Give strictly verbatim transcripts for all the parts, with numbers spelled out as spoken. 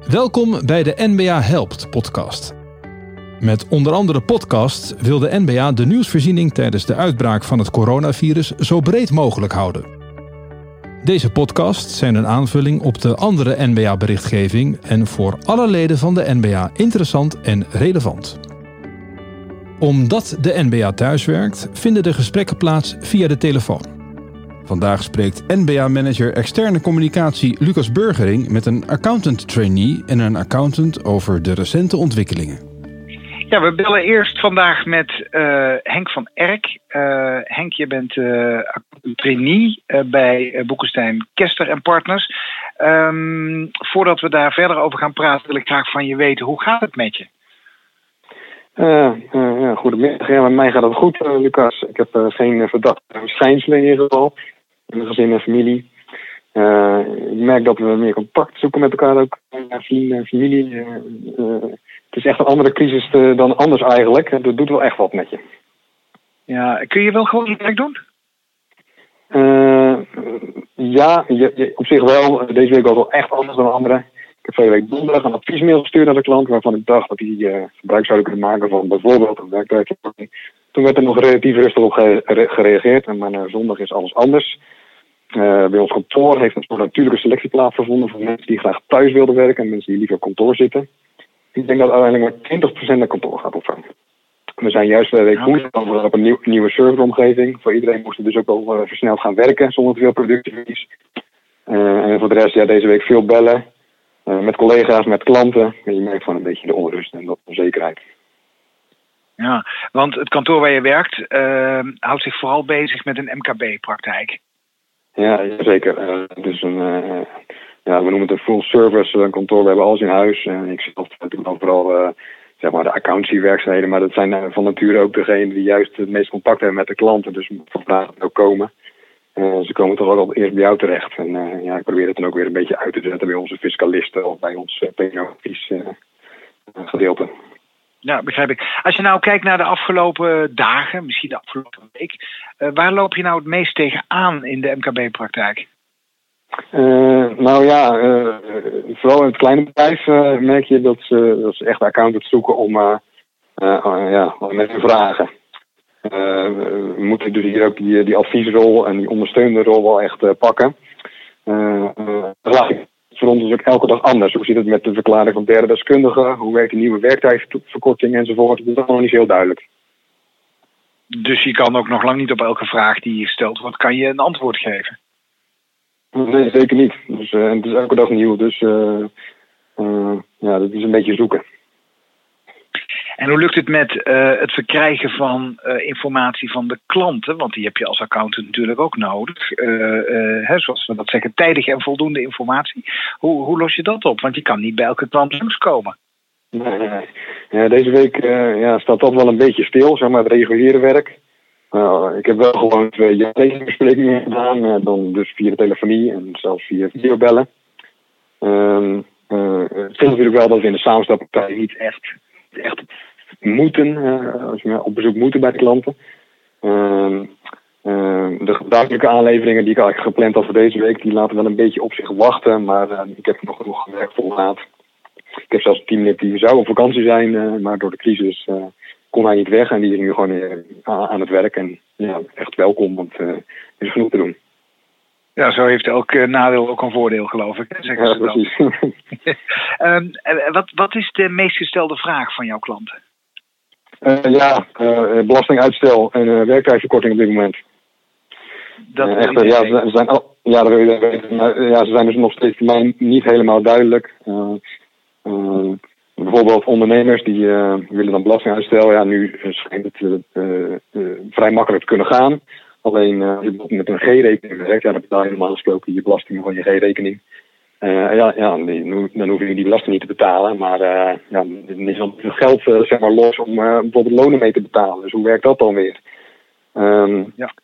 Welkom bij de N B A Helpt podcast. Met onder andere podcasts wil de N B A de nieuwsvoorziening tijdens de uitbraak van het coronavirus zo breed mogelijk houden. Deze podcasts zijn een aanvulling op de andere N B A-berichtgeving en voor alle leden van de N B A interessant en relevant. Omdat de N B A thuiswerkt, vinden de gesprekken plaats via de telefoon. Vandaag spreekt N B A-manager externe communicatie Lucas Burgering met een accountant-trainee en een accountant over de recente ontwikkelingen. Ja, we bellen eerst vandaag met uh, Henk van Erk. Uh, Henk, je bent uh, trainee uh, bij uh, Boekenstein Kester en Partners. Um, voordat we daar verder over gaan praten, wil ik graag van je weten, hoe gaat het met je? Uh, uh, ja, goedemiddag. Ja, met mij gaat het goed, uh, Lucas. Ik heb uh, geen uh, verdachte verschijnselen in ieder geval. In mijn gezin en familie. Uh, ik merk dat we meer contact zoeken met elkaar ook. Uh, vrienden en familie. Uh, uh, het is echt een andere crisis te, dan anders eigenlijk. Dat doet wel echt wat met je. Ja, kun je wel gewoon je werk doen? Uh, ja, je, je, op zich wel. Deze week was wel echt anders dan andere. Ik heb vorige week donderdag een adviesmail gestuurd naar de klant waarvan ik dacht dat die uh, gebruik zouden kunnen maken van bijvoorbeeld een werktijdverkorting. Toen werd er nog relatief rustig op gere- gereageerd, en maar na zondag is alles anders. Uh, bij ons kantoor heeft een soort natuurlijke selectie plaatsgevonden van mensen die graag thuis wilden werken en mensen die liever op kantoor zitten. Ik denk dat uiteindelijk maar twintig procent naar kantoor gaat opvangen. We zijn juist de week woensdag okay. op een nieuw, nieuwe serveromgeving. Voor iedereen moest dus ook wel uh, versneld gaan werken zonder te veel productieverlies. Uh, en voor de rest, ja, deze week veel bellen. Uh, met collega's, met klanten. En je merkt gewoon een beetje de onrust en de onzekerheid. Ja, want het kantoor waar je werkt uh, houdt zich vooral bezig met een M K B-praktijk. Ja, zeker. Uh, het is een, uh, ja, we noemen het een full service uh, kantoor. We hebben alles in huis. Uh, ik zelf doe dan vooral uh, zeg maar de accountancy-werkzaamheden. Maar dat zijn uh, van nature ook degenen die juist het meest contact hebben met de klanten. Dus vandaag ook komen. Uh, ze komen toch ook al eerst bij jou terecht. En uh, ja, ik probeer het dan ook weer een beetje uit te zetten bij onze fiscalisten of bij ons uh, P N O-advies uh, gedeelte. Ja, begrijp ik. Als je nou kijkt naar de afgelopen dagen, misschien de afgelopen week, uh, waar loop je nou het meest tegenaan in de M K B-praktijk? Uh, nou ja, uh, vooral in het kleine bedrijf uh, merk je dat ze, dat ze echt accountants zoeken om uh, uh, uh, ja, met hun vragen. Uh, we moeten dus hier ook die, die adviesrol en die ondersteunende rol wel echt uh, pakken. Uh, uh, voor ons is ook elke dag anders. Hoe zit het met de verklaring van derde deskundigen? Hoe werkt de nieuwe werktijdverkorting enzovoort? Dat is allemaal niet zo heel duidelijk. Dus je kan ook nog lang niet op elke vraag die je gesteld wordt, kan je een antwoord geven? Nee, zeker niet. Dus, uh, het is elke dag nieuw. Dus uh, uh, ja, dat is een beetje zoeken. En hoe lukt het met uh, het verkrijgen van uh, informatie van de klanten? Want die heb je als accountant natuurlijk ook nodig. Uh, uh, hè, zoals we dat zeggen, tijdige en voldoende informatie. Hoe, hoe los je dat op? Want je kan niet bij elke klant langskomen. Nee, nee. Ja, deze week uh, ja, staat dat wel een beetje stil, zeg maar, het reguliere werk. Uh, ik heb wel gewoon twee jaartekenbesprekingen gedaan. Uh, dan dus via de telefonie en zelfs via videobellen. Um, uh, het scheelt natuurlijk wel dat we in de samenstellingpartij niet echt... echt moeten, uh, als we op bezoek moeten bij de klanten. Uh, uh, de gebruikelijke aanleveringen die ik eigenlijk gepland had voor deze week, die laten wel een beetje op zich wachten, maar uh, ik heb nog genoeg werk voor laat. Ik heb zelfs een teamlid die zou op vakantie zijn, uh, maar door de crisis uh, kon hij niet weg en die is nu gewoon uh, aan het werk. En ja, echt welkom, want uh, er is genoeg te doen. Ja, zo heeft elk uh, nadeel ook een voordeel, geloof ik. Zeggen ja, ze dan. precies. um, wat, wat is de meest gestelde vraag van jouw klanten? Uh, ja, uh, belastinguitstel en uh, werktijdverkorting op dit moment. Dat uh, echt, ja, ze, ze zijn, oh, ja, dat wil je weten. Maar, ja, ze zijn dus nog steeds voor mij niet helemaal duidelijk. Uh, uh, bijvoorbeeld ondernemers die uh, willen dan belastinguitstel. Ja, nu schijnt het uh, uh, uh, vrij makkelijk te kunnen gaan. Alleen uh, als je met een G-rekening werkt, ja, dan betaal je normaal gesproken je belastingen van je G-rekening. Uh, ja, ja die, dan hoef je die belasting niet te betalen, maar uh, ja, er is dan geld uh, zeg maar, los om uh, bijvoorbeeld lonen mee te betalen. Dus hoe werkt dat dan weer? Um, ja.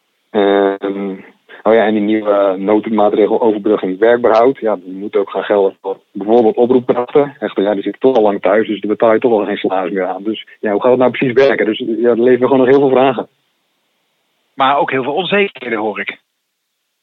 Um, oh ja, en die nieuwe noodmaatregel overbrugging werkbehoud, ja, die moet ook gaan gelden voor bijvoorbeeld oproepkrachten. Echt, ja, die zitten toch al lang thuis, dus daar betaal je toch al geen salaris meer aan. Dus ja, hoe gaat het nou precies werken? Dus ja, er leven gewoon nog heel veel vragen. Maar ook heel veel onzekerheden, hoor ik.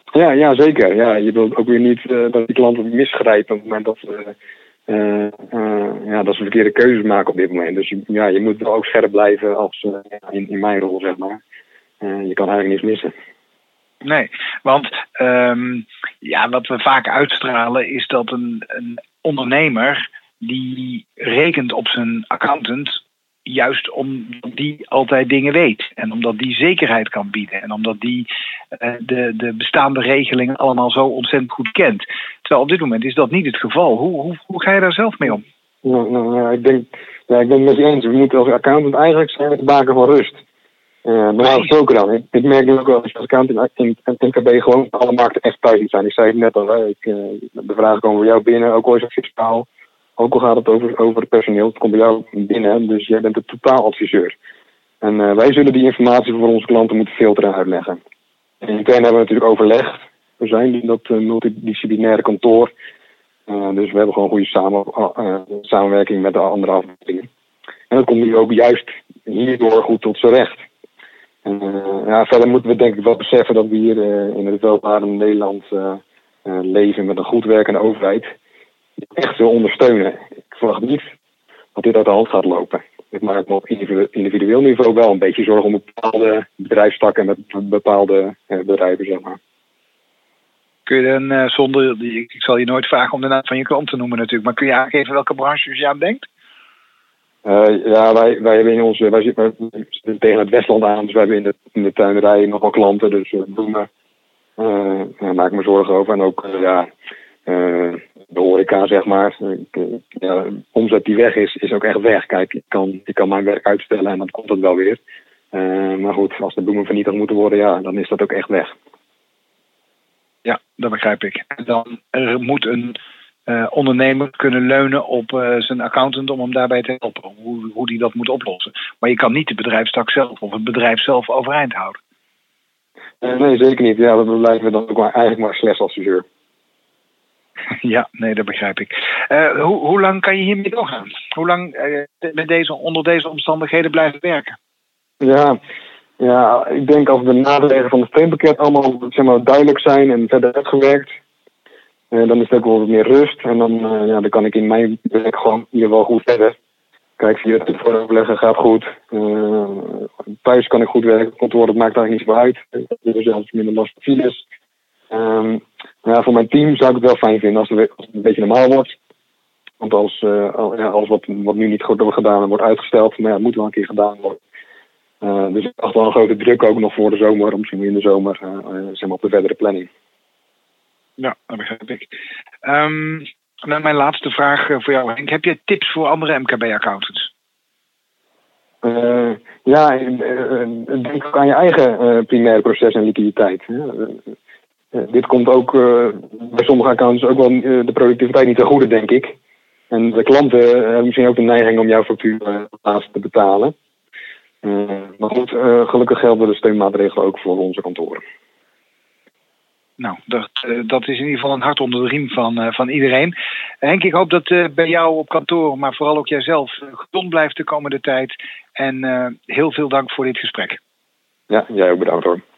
Ja, ja, zeker. Ja, je wilt ook weer niet uh, dat die klanten misgrijpen op het moment dat, uh, uh, uh, ja, dat ze verkeerde keuzes maken op dit moment. Dus je, ja, je moet wel ook scherp blijven als uh, in, in mijn rol, zeg maar. Uh, je kan eigenlijk niets missen. Nee, want um, ja, wat we vaak uitstralen is dat een, een ondernemer die rekent op zijn accountant juist omdat die altijd dingen weet. En omdat die zekerheid kan bieden. En omdat die uh, de, de bestaande regelingen allemaal zo ontzettend goed kent. Terwijl op dit moment is dat niet het geval. Hoe, hoe, hoe ga je daar zelf mee om? Nou, nou, ja, ik denk, ja, ik ben het met je eens. We moeten als accountant eigenlijk zijn met de baken van rust. Uh, normaal gesproken dan. Ik, ik merk nu ook wel als accountant in M K B gewoon alle markten echt thuis niet zijn. Ik zei het net al, hè. Ik, uh, de vragen komen bij jou binnen, ook al is het fiscaal. Ook al gaat het over, over het personeel, het komt bij jou binnen, dus jij bent de totaaladviseur. En uh, wij zullen die informatie voor onze klanten moeten filteren en uitleggen. En intern hebben we natuurlijk overleg. We zijn in dat uh, multidisciplinaire kantoor. Uh, dus we hebben gewoon goede samen, uh, samenwerking met de andere afdelingen. En dat komt nu ook juist hierdoor goed tot z'n recht. En, uh, ja, verder moeten we denk ik wel beseffen dat we hier uh, in het welvarende Nederland uh, uh, leven met een goed werkende overheid. Echt wil ondersteunen. Ik verwacht niet dat dit uit de hand gaat lopen. Ik maak me op individueel niveau wel een beetje zorgen om bepaalde bedrijfstakken met bepaalde uh, bedrijven, zeg maar. Kun je dan uh, zonder, ik zal je nooit vragen om de naam van je klant te noemen natuurlijk, maar kun je aangeven welke branches je aan denkt? Uh, ja, wij, wij hebben in onze, wij zitten, wij zitten tegen het Westland aan, dus wij hebben in de, in de tuinderij nog wel klanten, dus uh, bloemen, uh, daar maak ik me zorgen over. En ook, uh, ja, uh, de horeca, zeg maar. Uh, ja, omzet die weg is, is ook echt weg. Kijk, ik kan, ik kan mijn werk uitstellen en dan komt het wel weer. Uh, maar goed, als de bloemen vernietigd moeten worden, ja, dan is dat ook echt weg. Ja, dat begrijp ik. En dan er moet een uh, ondernemer kunnen leunen op uh, zijn accountant om hem daarbij te helpen. Hoe, hoe die dat moet oplossen. Maar je kan niet de bedrijfstak zelf of het bedrijf zelf overeind houden. Uh, nee, zeker niet. Ja, dat blijven we dan ook maar, eigenlijk maar slechts adviseur. Ja, nee, dat begrijp ik. Uh, hoe, hoe lang kan je hiermee doorgaan? Hoe lang uh, met deze, onder deze omstandigheden blijven werken? Ja, ja, ik denk als de nadelen van het steunpakket allemaal, zeg maar, duidelijk zijn en verder uitgewerkt, uh, dan is het ook wel wat meer rust. En dan, uh, ja, dan kan ik in mijn werk gewoon hier wel goed verder. Kijk, via het telefoonoverleggen gaat goed. Uh, thuis kan ik goed werken. Kantoor, dat maakt eigenlijk niet zo uit. Er is zelfs minder last van files. Um, ja, voor mijn team zou ik het wel fijn vinden als het, als het een beetje normaal wordt. Want als uh, al, ja, alles wat, wat nu niet goed wordt gedaan wordt uitgesteld, maar ja, het moet wel een keer gedaan worden. Uh, dus ik dacht wel een grote druk ook nog voor de zomer, misschien in de zomer, uh, uh, zeg maar op de verdere planning. Ja, dat begrijp ik. Um, nou, mijn laatste vraag voor jou, Henk. Heb je tips voor andere M K B-accountants? Uh, ja, uh, denk ook aan je eigen uh, primaire proces en liquiditeit. Uh, uh, dit komt ook uh, bij sommige accountants ook wel uh, de productiviteit niet ten goede, denk ik. En de klanten uh, hebben misschien ook de neiging om jouw factuur uh, laatst te betalen. Uh, maar goed, uh, gelukkig gelden de steunmaatregelen ook voor onze kantoren. Nou, dat, uh, dat is in ieder geval een hart onder de riem van, uh, van iedereen. Henk, ik hoop dat uh, bij jou op kantoor, maar vooral ook jijzelf, uh, gezond blijft de komende tijd. En uh, heel veel dank voor dit gesprek. Ja, jij ook bedankt hoor.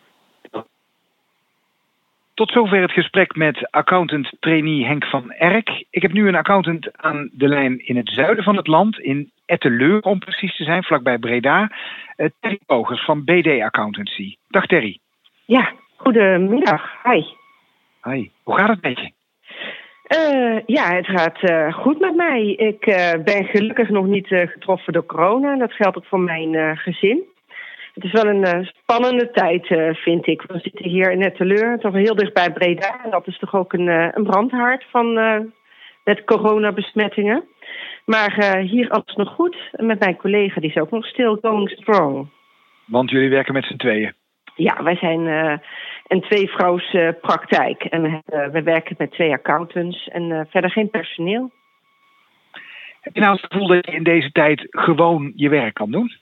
Tot zover het gesprek met accountant-trainee Henk van Erk. Ik heb nu een accountant aan de lijn in het zuiden van het land, in Etteleur om precies te zijn, vlakbij Breda. Uh, Terry Bogers van B D Accountancy. Dag Terry. Ja, goedemiddag. Hi. Hi. Hoe gaat het met je? Uh, ja, het gaat uh, goed met mij. Ik uh, ben gelukkig nog niet uh, getroffen door corona. Dat geldt ook voor mijn uh, gezin. Het is wel een uh, spannende tijd, uh, vind ik. We zitten hier in Etteleur, toch heel dicht bij Breda. En dat is toch ook een, uh, een brandhaard van uh, met coronabesmettingen. Maar uh, hier alles nog goed. En met mijn collega, die is ook nog still going strong. Want jullie werken met z'n tweeën? Ja, wij zijn uh, een tweevrouws uh, praktijk. En uh, we werken met twee accountants en uh, verder geen personeel. Heb je nou het gevoel dat je in deze tijd gewoon je werk kan doen?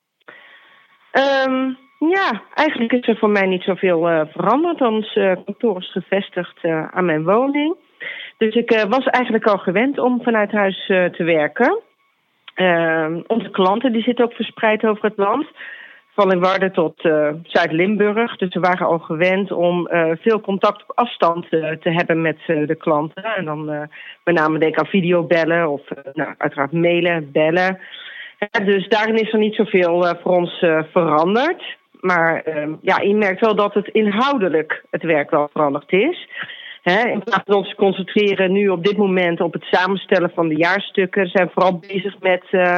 Um, ja, eigenlijk is er voor mij niet zoveel uh, veranderd. Ons uh, kantoor is gevestigd uh, aan mijn woning. Dus ik uh, was eigenlijk al gewend om vanuit huis uh, te werken. Uh, onze klanten die zitten ook verspreid over het land. van Leeuwarden tot uh, Zuid-Limburg. Dus we waren al gewend om uh, veel contact op afstand uh, te hebben met uh, de klanten. En dan uh, met name denk ik aan videobellen of uh, nou, uiteraard mailen, bellen. Ja, dus daarin is er niet zoveel uh, voor ons uh, veranderd. Maar uh, ja, je merkt wel dat het inhoudelijk het werk wel veranderd is. He, in plaats van ons te concentreren nu op dit moment op het samenstellen van de jaarstukken, zijn we vooral bezig met uh, uh,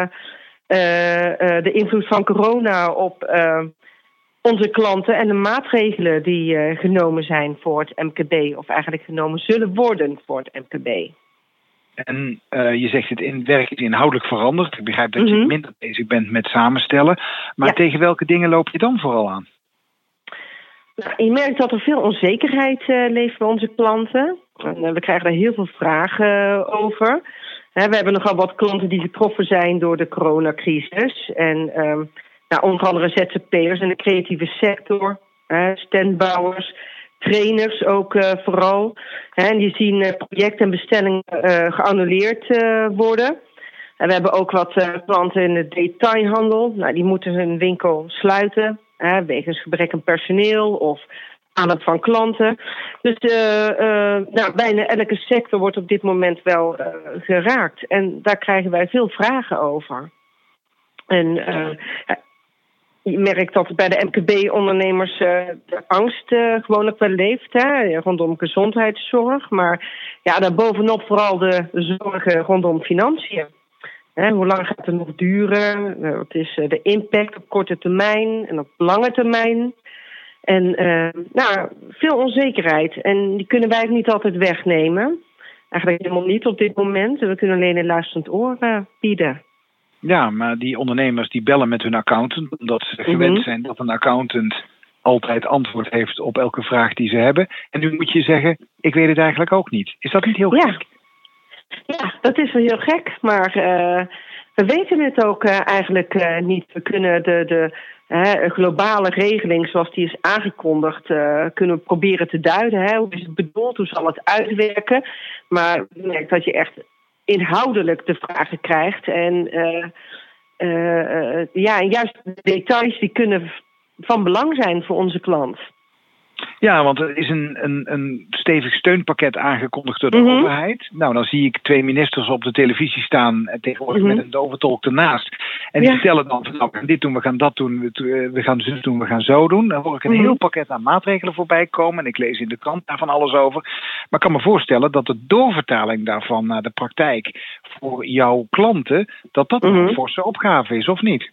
uh, de invloed van corona op uh, onze klanten en de maatregelen die uh, genomen zijn voor het M K B, of eigenlijk genomen zullen worden voor het M K B. En uh, je zegt het in, werk is inhoudelijk veranderd. Ik begrijp dat Mm-hmm. je minder bezig bent met samenstellen. Maar ja. tegen welke dingen loop je dan vooral aan? Nou, je merkt dat er veel onzekerheid uh, leeft bij onze klanten. En, uh, we krijgen daar heel veel vragen uh, over. He, we hebben nogal wat klanten die getroffen zijn door de coronacrisis. En um, nou, onder andere Z Z P'ers in de creatieve sector, uh, standbouwers, trainers ook uh, vooral. He, en die zien uh, projecten en bestellingen uh, geannuleerd uh, worden. En we hebben ook wat uh, klanten in de detailhandel. Nou, die moeten hun winkel sluiten. Hè, wegens gebrek aan personeel of aandacht van klanten. Dus uh, uh, nou, bijna elke sector wordt op dit moment wel uh, geraakt. En daar krijgen wij veel vragen over. En uh, je merkt dat bij de M K B-ondernemers uh, de angst uh, gewoonlijk wel leeft. Hè, rondom gezondheidszorg. Maar ja, daarbovenop vooral de zorgen rondom financiën. He, hoe lang gaat het nog duren? Wat is de impact op korte termijn en op lange termijn? En uh, nou, veel onzekerheid. En die kunnen wij ook niet altijd wegnemen. Eigenlijk helemaal niet op dit moment. We kunnen alleen een luisterend oor uh, bieden. Ja, maar die ondernemers die bellen met hun accountant, omdat ze mm-hmm. gewend zijn dat een accountant altijd antwoord heeft op elke vraag die ze hebben. En nu moet je zeggen, ik weet het eigenlijk ook niet. Is dat niet heel ja. gek? Ja, dat is wel heel gek, maar uh, we weten het ook uh, eigenlijk uh, niet. We kunnen de, de uh, globale regeling zoals die is aangekondigd, uh, kunnen we proberen te duiden. Hè? Hoe is het bedoeld, hoe zal het uitwerken? Maar je merkt dat je echt inhoudelijk de vragen krijgt. En uh, uh, uh, ja, en juist de details die kunnen van belang zijn voor onze klant. Ja, want er is een, een, een stevig steunpakket aangekondigd door de mm-hmm. overheid. Nou, dan zie ik twee ministers op de televisie staan, tegenwoordig mm-hmm. met een doventolk ernaast. En die ja. vertellen dan, nou, we gaan dit doen, we gaan dat doen, we gaan zo doen, we gaan zo doen. Dan hoor ik een mm-hmm. heel pakket aan maatregelen voorbij komen. En ik lees in de krant daar van alles over. Maar ik kan me voorstellen dat de doorvertaling daarvan naar de praktijk voor jouw klanten, dat dat mm-hmm. een forse opgave is, of niet?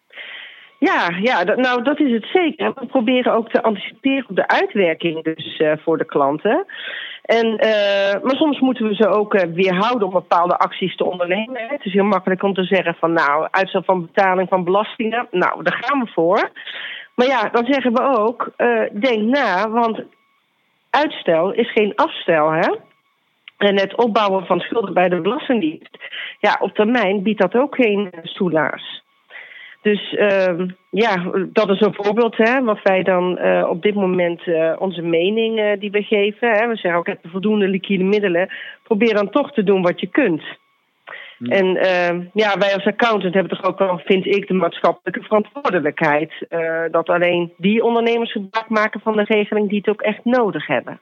Ja, ja dat, nou dat is het zeker. We proberen ook te anticiperen op de uitwerking dus uh, voor de klanten. En, uh, maar soms moeten we ze ook uh, weerhouden om bepaalde acties te ondernemen. Het is heel makkelijk om te zeggen van nou, uitstel van betaling van belastingen. Nou, daar gaan we voor. Maar ja, dan zeggen we ook, uh, denk na, want uitstel is geen afstel, hè? En het opbouwen van schulden bij de Belastingdienst, ja, op termijn biedt dat ook geen soelaas. Dus uh, ja, dat is een voorbeeld, hè, wat wij dan uh, op dit moment uh, onze mening uh, die we geven. Hè. We zeggen ook, heb je voldoende liquide middelen. Probeer dan toch te doen wat je kunt. Ja. En uh, ja, wij als accountant hebben toch ook wel, vind ik, de maatschappelijke verantwoordelijkheid. Uh, dat alleen die ondernemers gebruik maken van de regeling die het ook echt nodig hebben.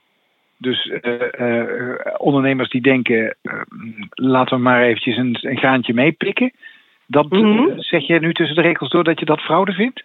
Dus uh, uh, ondernemers die denken, uh, laten we maar eventjes een, een graantje meepikken. Dat mm-hmm. zeg je nu tussen de regels door dat je dat fraude vindt?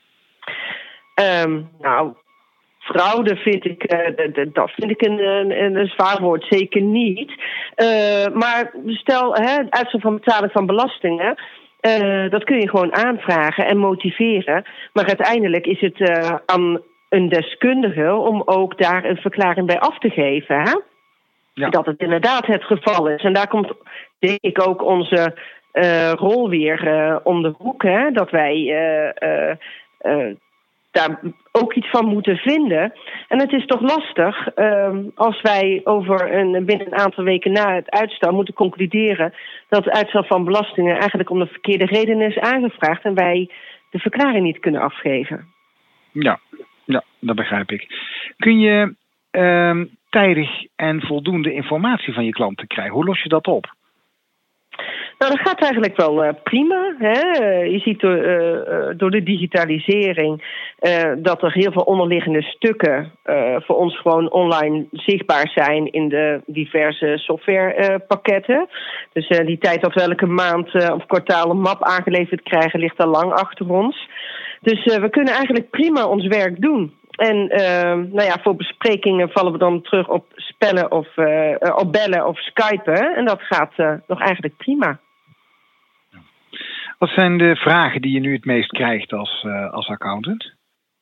Um, nou, fraude vind ik, uh, dat vind ik een, een, een zwaar woord, zeker niet. Uh, maar stel, hè, het uitstel van betaling van belastingen, uh, dat kun je gewoon aanvragen en motiveren. Maar uiteindelijk is het uh, aan een deskundige om ook daar een verklaring bij af te geven. Hè? Ja. Dat het inderdaad het geval is. En daar komt, denk ik, ook onze Uh, rol weer uh, om de hoek, hè, dat wij uh, uh, uh, daar ook iets van moeten vinden. En het is toch lastig uh, als wij over een, binnen een aantal weken na het uitstel moeten concluderen dat het uitstel van belastingen eigenlijk om de verkeerde reden is aangevraagd en wij de verklaring niet kunnen afgeven. Ja, ja, dat begrijp ik. Kun je uh, tijdig en voldoende informatie van je klanten krijgen? Hoe los je dat op? Nou, dat gaat eigenlijk wel uh, prima. Hè? Uh, je ziet door, uh, uh, door de digitalisering uh, dat er heel veel onderliggende stukken uh, voor ons gewoon online zichtbaar zijn in de diverse softwarepakketten. Uh, dus uh, die tijd dat we elke maand uh, of kwartaal een map aangeleverd krijgen, ligt al lang achter ons. Dus uh, we kunnen eigenlijk prima ons werk doen. En uh, nou ja, voor besprekingen vallen we dan terug op spellen of uh, op bellen of skypen. En dat gaat uh, nog eigenlijk prima. Wat zijn de vragen die je nu het meest krijgt als, uh, als accountant?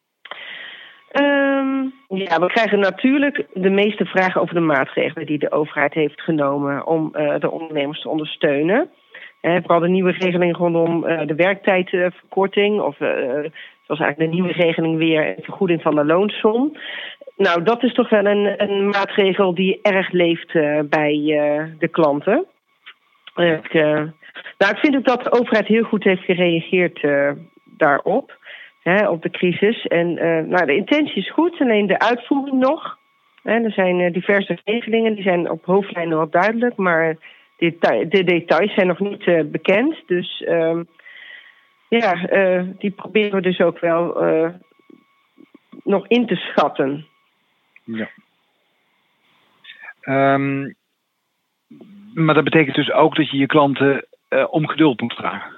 Um, ja, we krijgen natuurlijk de meeste vragen over de maatregelen die de overheid heeft genomen om uh, de ondernemers te ondersteunen. Uh, vooral de nieuwe regeling rondom uh, de werktijdverkorting of uh, zoals eigenlijk de nieuwe regeling weer een vergoeding van de loonsom. Nou, dat is toch wel een, een maatregel die erg leeft uh, bij uh, de klanten. Uh, ik, uh, nou, ik vind ook dat de overheid heel goed heeft gereageerd uh, daarop, hè, op de crisis. En uh, nou, de intentie is goed, alleen de uitvoering nog. Hè, er zijn uh, diverse regelingen, die zijn op hoofdlijnen wel duidelijk, maar de, de details zijn nog niet uh, bekend. Dus uh, ja, uh, die proberen we dus ook wel uh, nog in te schatten. Ja. Um, maar dat betekent dus ook dat je je klanten uh, om geduld moet vragen.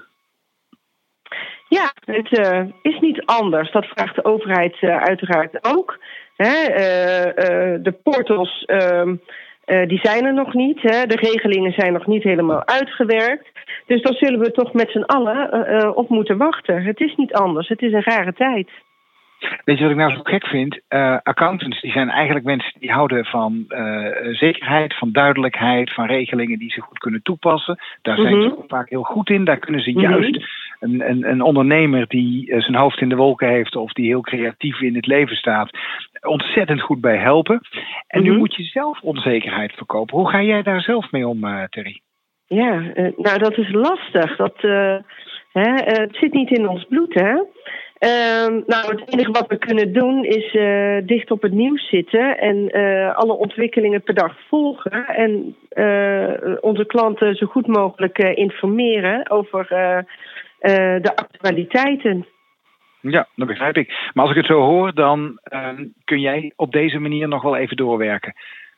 Ja, het uh, is niet anders. Dat vraagt de overheid uh, uiteraard ook. Hè, uh, uh, de portals uh, uh, die zijn er nog niet. Hè. De regelingen zijn nog niet helemaal uitgewerkt. Dus dan zullen we toch met z'n allen uh, uh, op moeten wachten. Het is niet anders. Het is een rare tijd. Weet je wat ik nou zo gek vind? Uh, accountants die zijn eigenlijk mensen die houden van uh, zekerheid, van duidelijkheid, van regelingen die ze goed kunnen toepassen. Daar zijn mm-hmm. ze ook vaak heel goed in. Daar kunnen ze mm-hmm. juist een, een, een ondernemer die uh, zijn hoofd in de wolken heeft of die heel creatief in het leven staat, ontzettend goed bij helpen. En mm-hmm. nu moet je zelf onzekerheid verkopen. Hoe ga jij daar zelf mee om, uh, Terry? Ja, uh, nou dat is lastig. Dat, uh, hè, uh, het zit niet in ons bloed, hè? Uh, nou, het enige wat we kunnen doen is uh, dicht op het nieuws zitten en uh, alle ontwikkelingen per dag volgen en uh, onze klanten zo goed mogelijk uh, informeren over uh, uh, de actualiteiten. Ja, dat begrijp ik. Maar als ik het zo hoor, dan uh, kun jij op deze manier nog wel even doorwerken.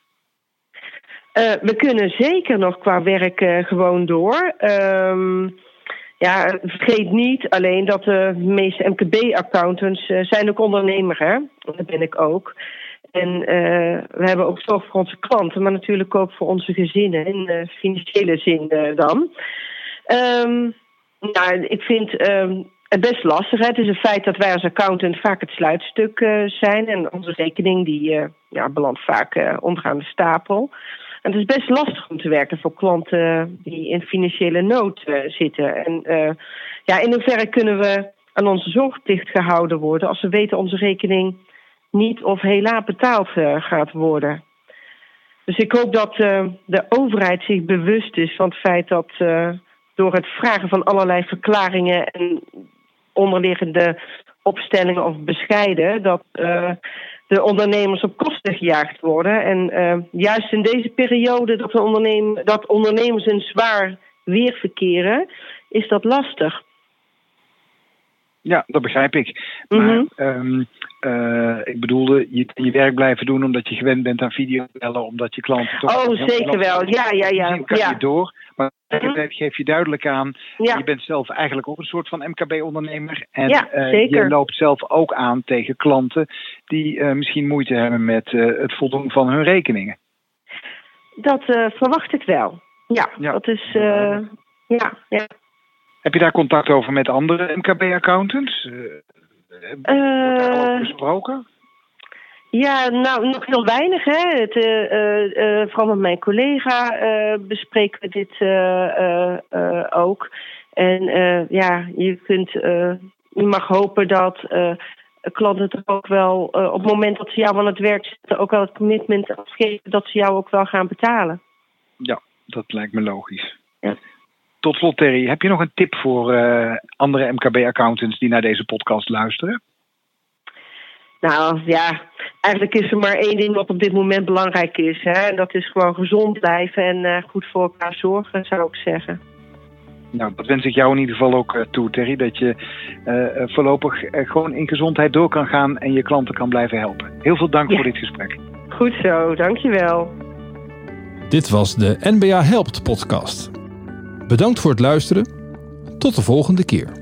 Uh, we kunnen zeker nog qua werk uh, gewoon door. Um, Ja, vergeet niet alleen dat de meeste M K B-accountants uh, zijn ook ondernemer, hè? Dat ben ik ook. En uh, we hebben ook zorg voor onze klanten, maar natuurlijk ook voor onze gezinnen in uh, financiële zin uh, dan. Um, nou, ik vind um, het best lastig. Hè? Het is een feit dat wij als accountant vaak het sluitstuk uh, zijn en onze rekening die uh, ja, belandt vaak uh, onderaan de stapel. En het is best lastig om te werken voor klanten die in financiële nood uh, zitten. En uh, ja, in hoeverre kunnen we aan onze zorgplicht gehouden worden als we weten onze rekening niet of heel laat betaald uh, gaat worden. Dus ik hoop dat uh, de overheid zich bewust is van het feit dat uh, door het vragen van allerlei verklaringen en onderliggende opstellingen of bescheiden, dat uh, de ondernemers op kosten gejaagd worden. En uh, juist in deze periode dat, de ondernem- dat ondernemers in zwaar weer verkeren, is dat lastig. Ja, dat begrijp ik. Maar mm-hmm. um, uh, ik bedoelde, je kan je werk blijven doen omdat je gewend bent aan videobellen, omdat je klanten toch... Oh, zeker wel. Ja, ja, ja. Dan kan ja. je door. Maar tegelijkertijd geef je duidelijk aan, ja. je bent zelf eigenlijk ook een soort van M K B-ondernemer. En ja, uh, je loopt zelf ook aan tegen klanten die uh, misschien moeite hebben met uh, het voldoen van hun rekeningen. Dat uh, verwacht ik wel. Ja, ja. dat is... Uh, ja, ja. Heb je daar contact over met andere M K B-accountants? Uh, wordt daar al over gesproken? Ja, nou, nog heel weinig. Hè. Het, uh, uh, vooral met mijn collega uh, bespreken we dit uh, uh, uh, ook. En uh, ja, je, kunt, uh, je mag hopen dat uh, klanten toch ook wel, uh, op het moment dat ze jou aan het werk zetten, ook wel het commitment afgeven dat ze jou ook wel gaan betalen. Ja, dat lijkt me logisch. Ja. Tot slot, Terry, heb je nog een tip voor uh, andere M K B-accountants die naar deze podcast luisteren? Nou ja, eigenlijk is er maar één ding wat op dit moment belangrijk is. Hè? En dat is gewoon gezond blijven en uh, goed voor elkaar zorgen, zou ik zeggen. Nou, dat wens ik jou in ieder geval ook uh, toe, Terry. Dat je uh, voorlopig uh, gewoon in gezondheid door kan gaan en je klanten kan blijven helpen. Heel veel dank ja. voor dit gesprek. Goed zo, dankjewel. Dit was de N B A Helpt podcast. Bedankt voor het luisteren. Tot de volgende keer.